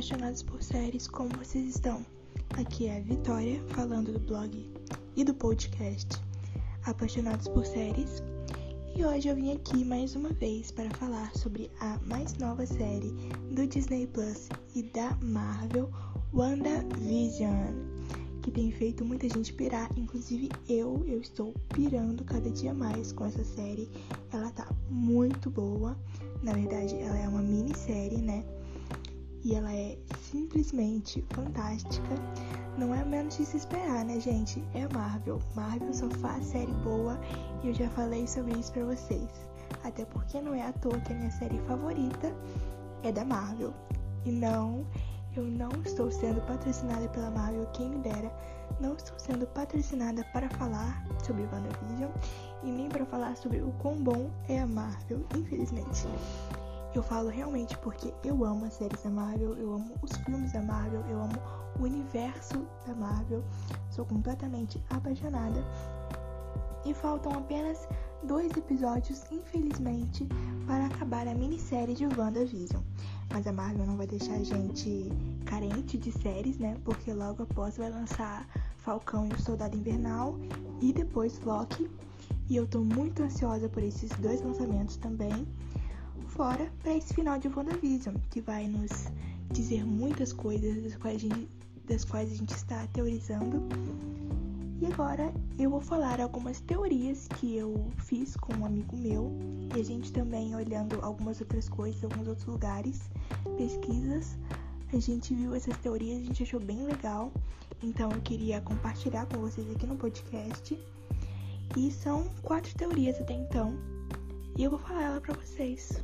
apaixonados por séries, como vocês estão? Aqui é a Vitória, falando do blog e do podcast Apaixonados por Séries. E hoje eu vim aqui mais uma vez para falar sobre a mais nova série do Disney Plus e da Marvel, WandaVision, que tem feito muita gente pirar, inclusive eu estou pirando cada dia mais com essa série. Ela tá muito boa, na verdade ela é uma minissérie, né? E ela é simplesmente fantástica. Não é menos de se esperar, né, gente? É Marvel. Marvel só faz série boa e eu já falei sobre isso pra vocês. Até porque não é à toa que a minha série favorita é da Marvel. E não, eu não estou sendo patrocinada pela Marvel, quem me dera. Não estou sendo patrocinada para falar sobre WandaVision e nem para falar sobre o quão bom é a Marvel, infelizmente. Eu falo realmente porque eu amo as séries da Marvel, eu amo os filmes da Marvel, eu amo o universo da Marvel, sou completamente apaixonada. E faltam apenas 2 episódios, infelizmente, para acabar a minissérie de WandaVision. Mas a Marvel não vai deixar a gente carente de séries, né? Porque logo após vai lançar Falcão e o Soldado Invernal e depois Loki. E eu tô muito ansiosa por esses 2 lançamentos também. Fora para esse final de WandaVision, que vai nos dizer muitas coisas das quais a gente está teorizando. E agora eu vou falar algumas teorias que eu fiz com um amigo meu, e a gente também olhando algumas outras coisas, alguns outros lugares, pesquisas, a gente viu essas teorias, a gente achou bem legal, então eu queria compartilhar com vocês aqui no podcast. E são 4 teorias até então, e eu vou falar ela pra vocês.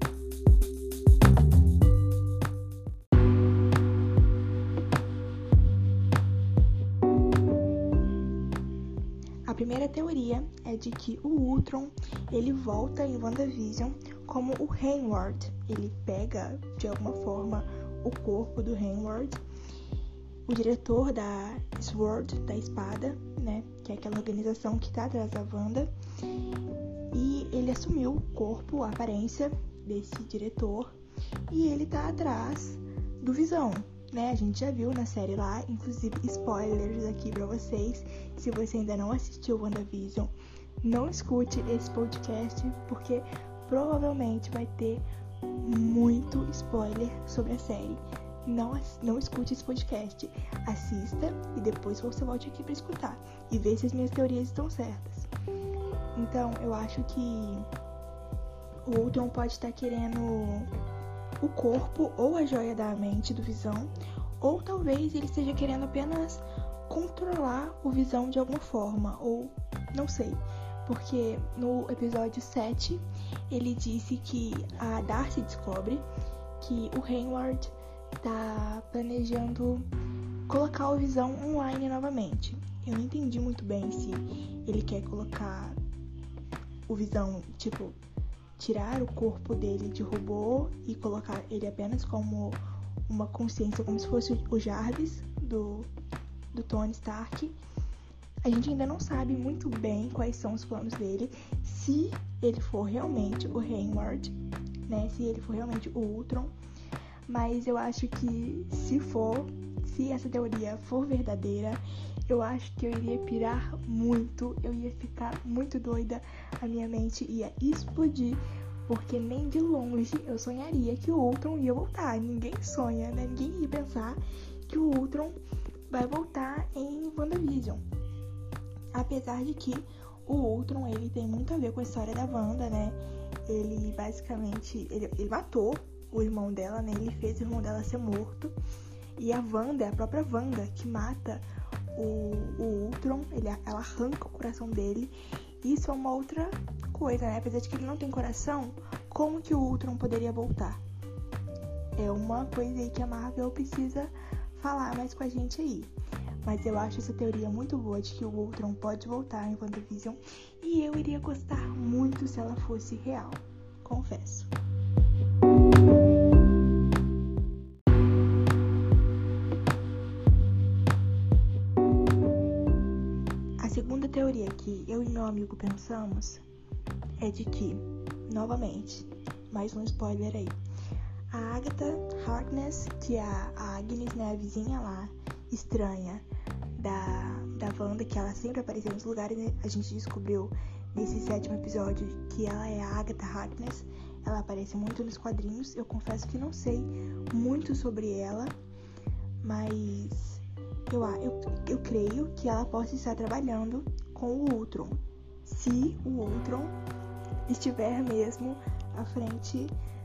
A primeira teoria é de que o Ultron, ele volta em WandaVision como o Hayward. Ele pega, de alguma forma, o corpo do Hayward, o diretor da SWORD, da espada, né, que é aquela organização que tá atrás da Wanda, e ele assumiu o corpo, a aparência desse diretor, e ele tá atrás do Visão, né? A gente já viu na série lá, inclusive spoilers aqui pra vocês. Se você ainda não assistiu WandaVision, não escute esse podcast, porque provavelmente vai ter muito spoiler sobre a série. Não escute esse podcast, assista e depois você volte aqui pra escutar e ver se as minhas teorias estão certas. Então, eu acho que o Ultron pode estar querendo o corpo ou a joia da mente do Visão, ou talvez ele esteja querendo apenas controlar o Visão de alguma forma, ou não sei, porque no episódio 7 ele disse que a Darcy descobre que o Hayward tá planejando colocar o Visão online novamente. Eu não entendi muito bem se ele quer colocar o Visão, tipo, tirar o corpo dele de robô e colocar ele apenas como uma consciência, como se fosse o Jarvis do Tony Stark. A gente ainda não sabe muito bem quais são os planos dele, se ele for realmente o Hayward, né, se ele for realmente o Ultron. Mas eu acho que se essa teoria for verdadeira, eu acho que eu iria pirar muito, eu ia ficar muito doida, a minha mente ia explodir, porque nem de longe eu sonharia que o Ultron ia voltar. Ninguém sonha, né? Ninguém ia pensar que o Ultron vai voltar em WandaVision. Apesar de que o Ultron, ele tem muito a ver com a história da Wanda, né? Ele basicamente, ele matou o irmão dela, né? Ele fez o irmão dela ser morto. E a Wanda, a própria Wanda, que mata o Ultron, ela arranca o coração dele. Isso é uma outra coisa, né? Apesar de que ele não tem coração, como que o Ultron poderia voltar? É uma coisa aí que a Marvel precisa falar mais com a gente aí. Mas eu acho essa teoria muito boa de que o Ultron pode voltar em WandaVision. E eu iria gostar muito se ela fosse real, confesso. A segunda teoria que eu e meu amigo pensamos é de que, novamente, mais um spoiler aí, A Agatha Harkness, que é a Agnes, né, a vizinha lá, estranha da Wanda, que ela sempre apareceu nos lugares, né? A gente descobriu nesse 7º episódio que ela é a Agatha Harkness. Ela aparece muito nos quadrinhos. Eu confesso que não sei muito sobre ela, mas eu creio que ela possa estar trabalhando com o Ultron, se o Ultron estiver mesmo à frente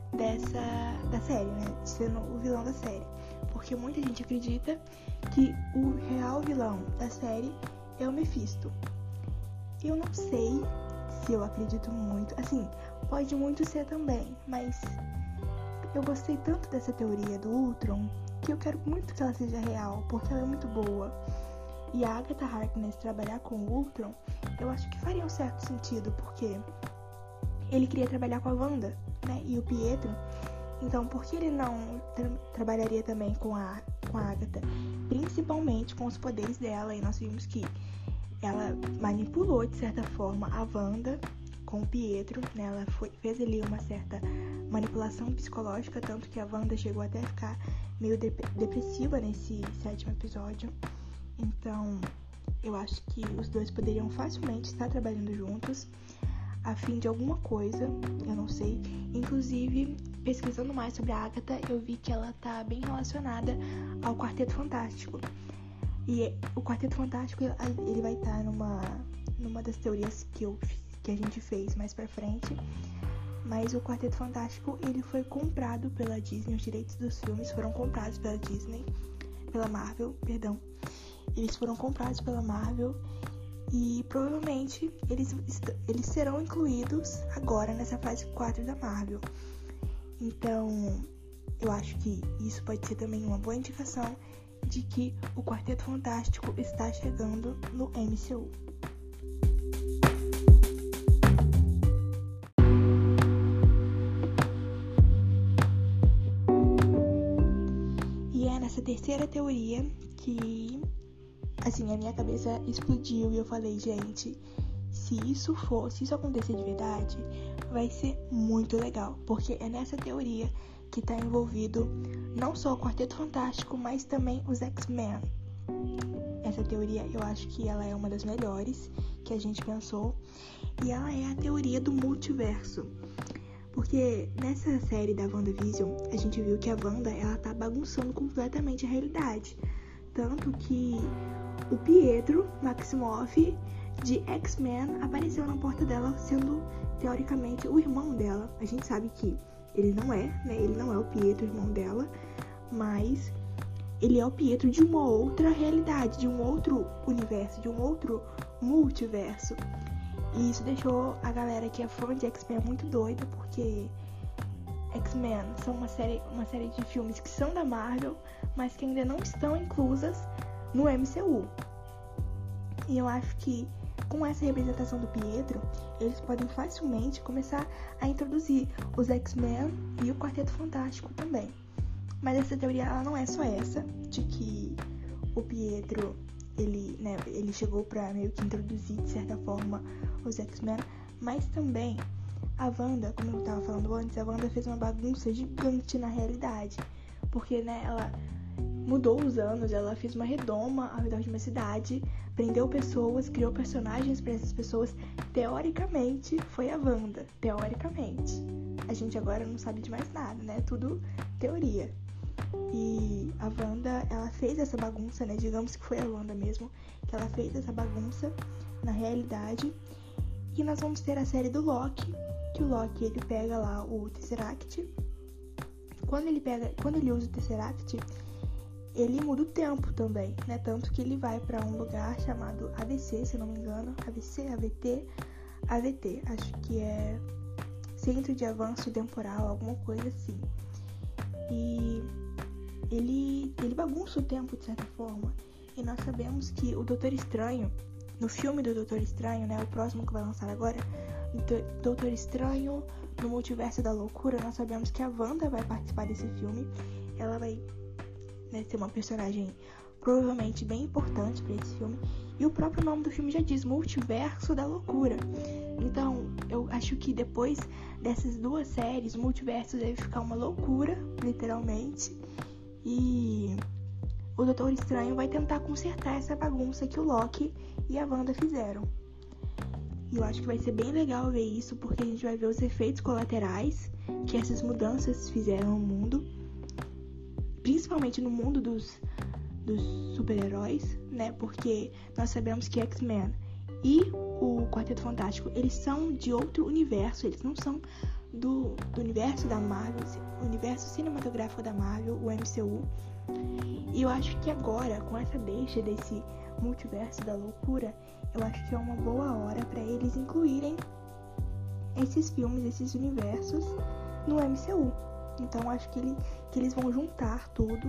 da série, né, sendo o vilão da série, porque muita gente acredita que o real vilão da série é o Mephisto. Eu não sei se eu acredito muito, assim, pode muito ser também, mas eu gostei tanto dessa teoria do Ultron que eu quero muito que ela seja real, porque ela é muito boa. E a Agatha Harkness trabalhar com o Ultron, eu acho que faria um certo sentido, porque ele queria trabalhar com a Wanda, né, e o Pietro. Então, por que ele não trabalharia também com a Agatha? Principalmente com os poderes dela, e nós vimos que ela manipulou, de certa forma, a Wanda com o Pietro, né? Ela fez ali uma certa manipulação psicológica, tanto que a Wanda chegou até a ficar meio depressiva nesse 7º episódio. Então, eu acho que os dois poderiam facilmente estar trabalhando juntos a fim de alguma coisa, eu não sei. Inclusive, pesquisando mais sobre a Agatha, eu vi que ela tá bem relacionada ao Quarteto Fantástico. E o Quarteto Fantástico, ele vai estar numa das teorias que a gente fez mais pra frente. Mas o Quarteto Fantástico, ele foi comprado pela Disney, os direitos dos filmes foram comprados pela Marvel, perdão. Eles foram comprados pela Marvel e provavelmente eles serão incluídos agora nessa fase 4 da Marvel. Então, eu acho que isso pode ser também uma boa indicação de que o Quarteto Fantástico está chegando no MCU. E é nessa terceira teoria que, assim, a minha cabeça explodiu e eu falei, gente, se isso acontecer de verdade, vai ser muito legal, porque é nessa teoria que tá envolvido não só o Quarteto Fantástico, mas também os X-Men. Essa teoria, eu acho que ela é uma das melhores que a gente pensou, e ela é a teoria do multiverso. Porque nessa série da WandaVision, a gente viu que a Wanda, ela tá bagunçando completamente a realidade. Tanto que o Pietro Maximoff de X-Men apareceu na porta dela, sendo teoricamente o irmão dela. A gente sabe que ele não é, né? Ele não é o Pietro, irmão dela, mas ele é o Pietro de uma outra realidade, de um outro universo, de um outro multiverso. E isso deixou a galera que é fã de X-Men muito doida, porque X-Men são uma série de filmes que são da Marvel, mas que ainda não estão inclusas no MCU. E eu acho que com essa representação do Pietro, eles podem facilmente começar a introduzir os X-Men e o Quarteto Fantástico também. Mas essa teoria, ela não é só essa, de que o Pietro, ele chegou pra meio que introduzir, de certa forma, os X-Men, mas também a Wanda, como eu tava falando antes, a Wanda fez uma bagunça gigante na realidade, porque, né, ela mudou os anos, ela fez uma redoma ao redor de uma cidade, prendeu pessoas, criou personagens para essas pessoas. Teoricamente, foi a Wanda. Teoricamente. A gente agora não sabe de mais nada, né? Tudo teoria. E a Wanda, ela fez essa bagunça, né? Digamos que foi a Wanda mesmo, que ela fez essa bagunça na realidade. E nós vamos ter a série do Loki, que o Loki, ele pega lá o Tesseract. Quando ele usa o Tesseract, ele muda o tempo também, né? Tanto que ele vai pra um lugar chamado ABC, se eu não me engano. AVT, acho que é Centro de Avanço Temporal, alguma coisa assim. E ele bagunça o tempo, de certa forma. E nós sabemos que o Doutor Estranho, no filme do Doutor Estranho, né? O próximo que vai lançar agora, Doutor Estranho no Multiverso da Loucura, nós sabemos que a Wanda vai participar desse filme. Ela vai ser uma personagem provavelmente bem importante para esse filme. E o próprio nome do filme já diz, Multiverso da Loucura. Então, eu acho que depois dessas duas séries, o multiverso deve ficar uma loucura, literalmente. E o Doutor Estranho vai tentar consertar essa bagunça que o Loki e a Wanda fizeram. E eu acho que vai ser bem legal ver isso, porque a gente vai ver os efeitos colaterais que essas mudanças fizeram no mundo, principalmente no mundo dos super-heróis, né? Porque nós sabemos que X-Men e o Quarteto Fantástico, eles são de outro universo, eles não são do universo da Marvel, o universo cinematográfico da Marvel, o MCU. E eu acho que agora, com essa deixa desse multiverso da loucura, eu acho que é uma boa hora para eles incluírem esses filmes, esses universos no MCU. Então acho que eles vão juntar tudo.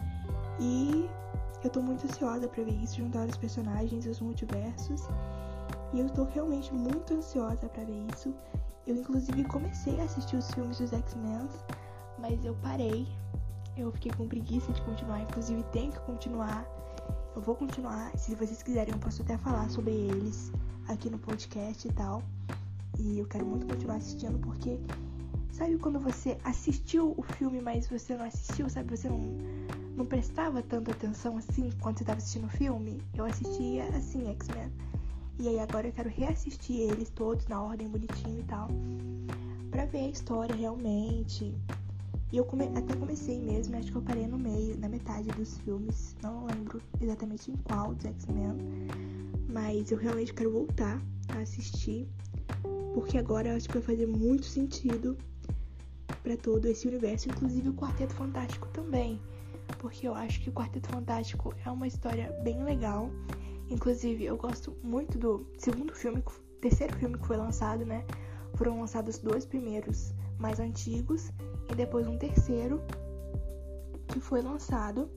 E eu tô muito ansiosa pra ver isso, juntar os personagens e os multiversos. E eu tô realmente muito ansiosa pra ver isso. Eu inclusive comecei a assistir os filmes dos X-Men, mas eu parei. Eu fiquei com preguiça de continuar, inclusive tenho que continuar. Eu vou continuar, se vocês quiserem eu posso até falar sobre eles aqui no podcast e tal. E eu quero muito continuar assistindo porque... Sabe quando você assistiu o filme, mas você não assistiu, sabe? Você não prestava tanta atenção assim quando você estava assistindo o filme? Eu assistia assim, X-Men. E aí agora eu quero reassistir eles todos na ordem bonitinho e tal, pra ver a história realmente. E eu até comecei mesmo, acho que eu parei no meio, na metade dos filmes. Não lembro exatamente em qual dos X-Men. Mas eu realmente quero voltar a assistir, porque agora eu acho que vai fazer muito sentido pra todo esse universo, inclusive o Quarteto Fantástico também, porque eu acho que o Quarteto Fantástico é uma história bem legal. Inclusive eu gosto muito do terceiro filme que foi lançado, né? Foram lançados 2 primeiros mais antigos e depois um terceiro que foi lançado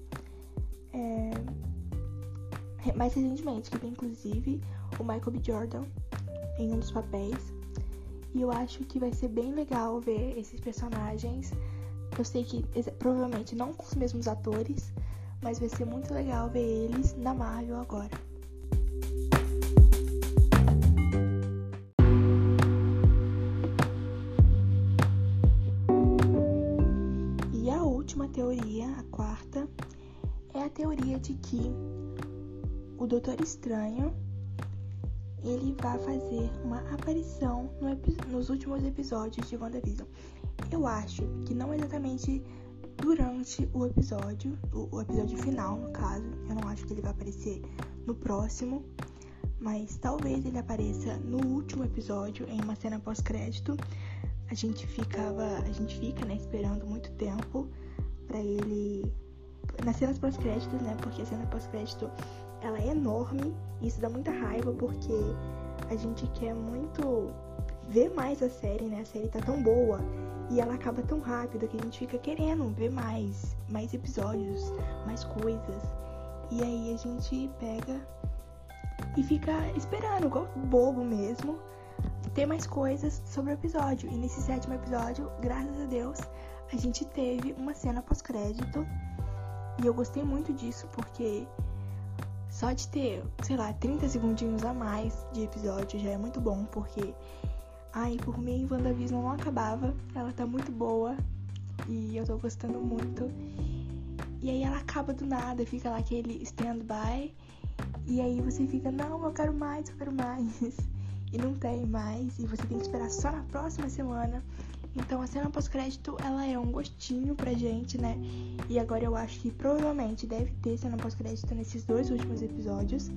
mais recentemente, que tem inclusive o Michael B. Jordan em um dos papéis. E eu acho que vai ser bem legal ver esses personagens. Eu sei que provavelmente não com os mesmos atores, mas vai ser muito legal ver eles na Marvel agora. E a última teoria, a quarta, é a teoria de que o Doutor Estranho ele vai fazer uma aparição nos últimos episódios de WandaVision. Eu acho que não exatamente durante o episódio final, no caso. Eu não acho que ele vai aparecer no próximo, mas talvez ele apareça no último episódio, em uma cena pós-crédito. A gente fica, né, esperando muito tempo pra ele... Nas cenas pós-créditos, né, porque a cena pós-crédito ela é enorme, e isso dá muita raiva, porque a gente quer muito ver mais a série, né? A série tá tão boa e ela acaba tão rápido que a gente fica querendo ver mais episódios, mais coisas. E aí a gente pega e fica esperando, igual bobo mesmo, ter mais coisas sobre o episódio. E nesse 7º episódio, graças a Deus, a gente teve uma cena pós-crédito. E eu gostei muito disso, porque só de ter, 30 segundinhos a mais de episódio já é muito bom, porque, por mim, WandaVision não acabava, ela tá muito boa, e eu tô gostando muito. E aí ela acaba do nada, fica lá aquele stand-by, e aí você fica, não, eu quero mais, e não tem mais, e você tem que esperar só na próxima semana. Então a cena pós-crédito, ela é um gostinho pra gente, né? E agora eu acho que provavelmente deve ter cena pós-crédito nesses 2 últimos episódios.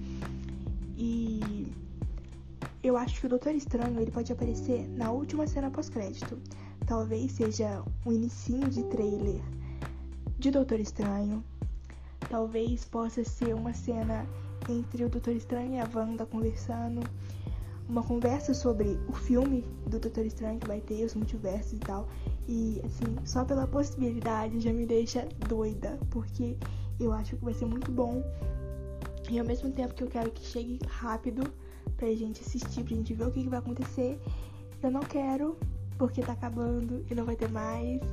E eu acho que o Doutor Estranho, ele pode aparecer na última cena pós-crédito. Talvez seja um inicinho de trailer de Doutor Estranho. Talvez possa ser uma cena entre o Doutor Estranho e a Wanda conversando. Uma conversa sobre o filme do Doutor Estranho que vai ter, os multiversos e tal. E, assim, só pela possibilidade já me deixa doida, porque eu acho que vai ser muito bom. E ao mesmo tempo que eu quero que chegue rápido pra gente assistir, pra gente ver o que vai acontecer, eu não quero, porque tá acabando e não vai ter mais.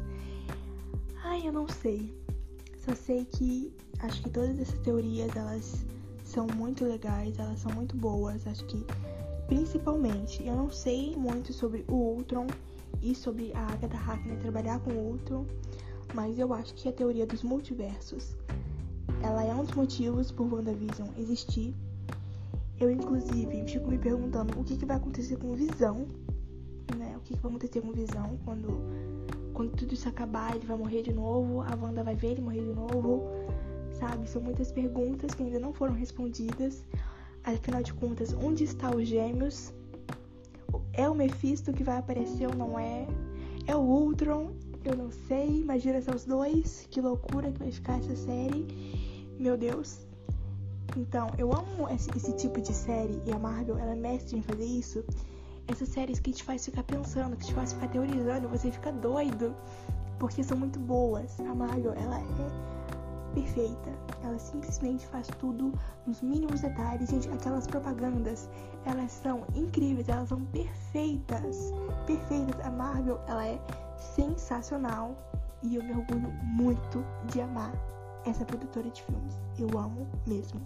Eu não sei. Só sei que acho que todas essas teorias, elas são muito legais, elas são muito boas. Acho que, principalmente, eu não sei muito sobre o Ultron e sobre a Agatha Harkness trabalhar com o Ultron, mas eu acho que a teoria dos multiversos, ela é um dos motivos por WandaVision existir. Eu, inclusive, fico me perguntando o que vai acontecer com o Visão, né? O que vai acontecer com o Visão quando tudo isso acabar, ele vai morrer de novo, a Wanda vai ver ele morrer de novo, sabe? São muitas perguntas que ainda não foram respondidas. Afinal de contas, onde está os gêmeos? É o Mephisto que vai aparecer ou não é? É o Ultron? Eu não sei. Imagina só os dois. Que loucura que vai ficar essa série. Meu Deus. Então, eu amo esse tipo de série. E a Marvel, ela é mestre em fazer isso. Essas séries que te faz ficar pensando, que te faz ficar teorizando. Você fica doido. Porque são muito boas. A Marvel, ela é perfeita. Ela simplesmente faz tudo nos mínimos detalhes. Gente, aquelas propagandas, elas são incríveis, elas são perfeitas. Perfeitas. A Marvel, ela é sensacional. E eu me orgulho muito de amar essa produtora de filmes. Eu amo mesmo.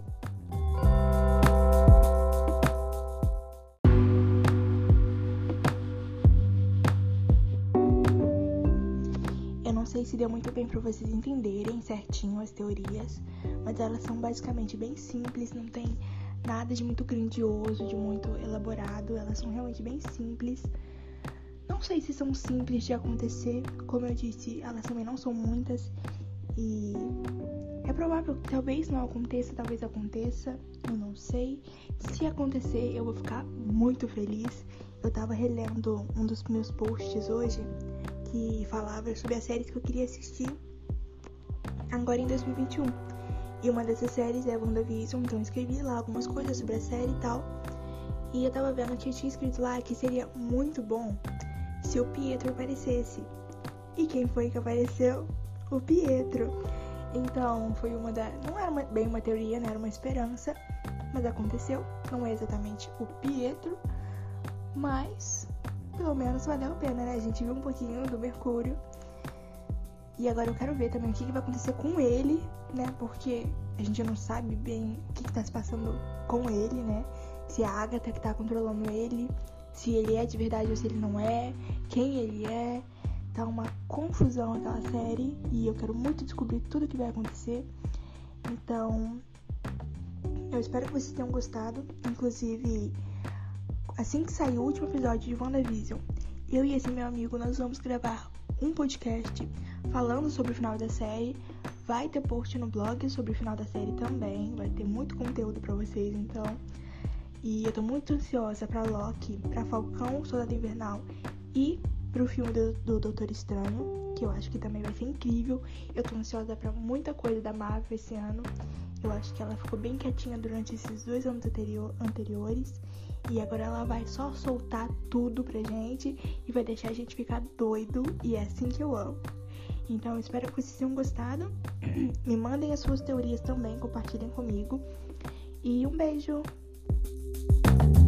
Não sei se deu muito bem para vocês entenderem certinho as teorias, mas elas são basicamente bem simples, não tem nada de muito grandioso, de muito elaborado, elas são realmente bem simples. Não sei se são simples de acontecer, como eu disse, elas também não são muitas e é provável que talvez não aconteça, talvez aconteça, eu não sei. Se acontecer, eu vou ficar muito feliz. Eu tava relendo um dos meus posts hoje que falava sobre as séries que eu queria assistir agora em 2021. E uma dessas séries é WandaVision, então eu escrevi lá algumas coisas sobre a série e tal. E eu tava vendo que eu tinha escrito lá que seria muito bom se o Pietro aparecesse. E quem foi que apareceu? O Pietro. Então foi não era bem uma teoria, né? Era uma esperança, mas aconteceu. Não é exatamente o Pietro, mas pelo menos valeu a pena, né? A gente viu um pouquinho do Mercúrio. E agora eu quero ver também o que vai acontecer com ele, né? Porque a gente não sabe bem o que tá se passando com ele, né? Se é a Agatha que tá controlando ele, se ele é de verdade ou se ele não é, quem ele é. Tá uma confusão aquela série e eu quero muito descobrir tudo o que vai acontecer. Então, eu espero que vocês tenham gostado. Inclusive, assim que sair o último episódio de WandaVision, eu e esse meu amigo, nós vamos gravar um podcast falando sobre o final da série. Vai ter post no blog sobre o final da série também. Vai ter muito conteúdo pra vocês, então. E eu tô muito ansiosa pra Loki, pra Falcão, Soldado Invernal e pro filme do Doutor Estranho, que eu acho que também vai ser incrível. Eu tô ansiosa pra muita coisa da Marvel esse ano. Eu acho que ela ficou bem quietinha durante esses 2 anos anteriores. E agora ela vai só soltar tudo pra gente e vai deixar a gente ficar doido. E é assim que eu amo. Então eu espero que vocês tenham gostado. Me mandem as suas teorias também, compartilhem comigo. E um beijo!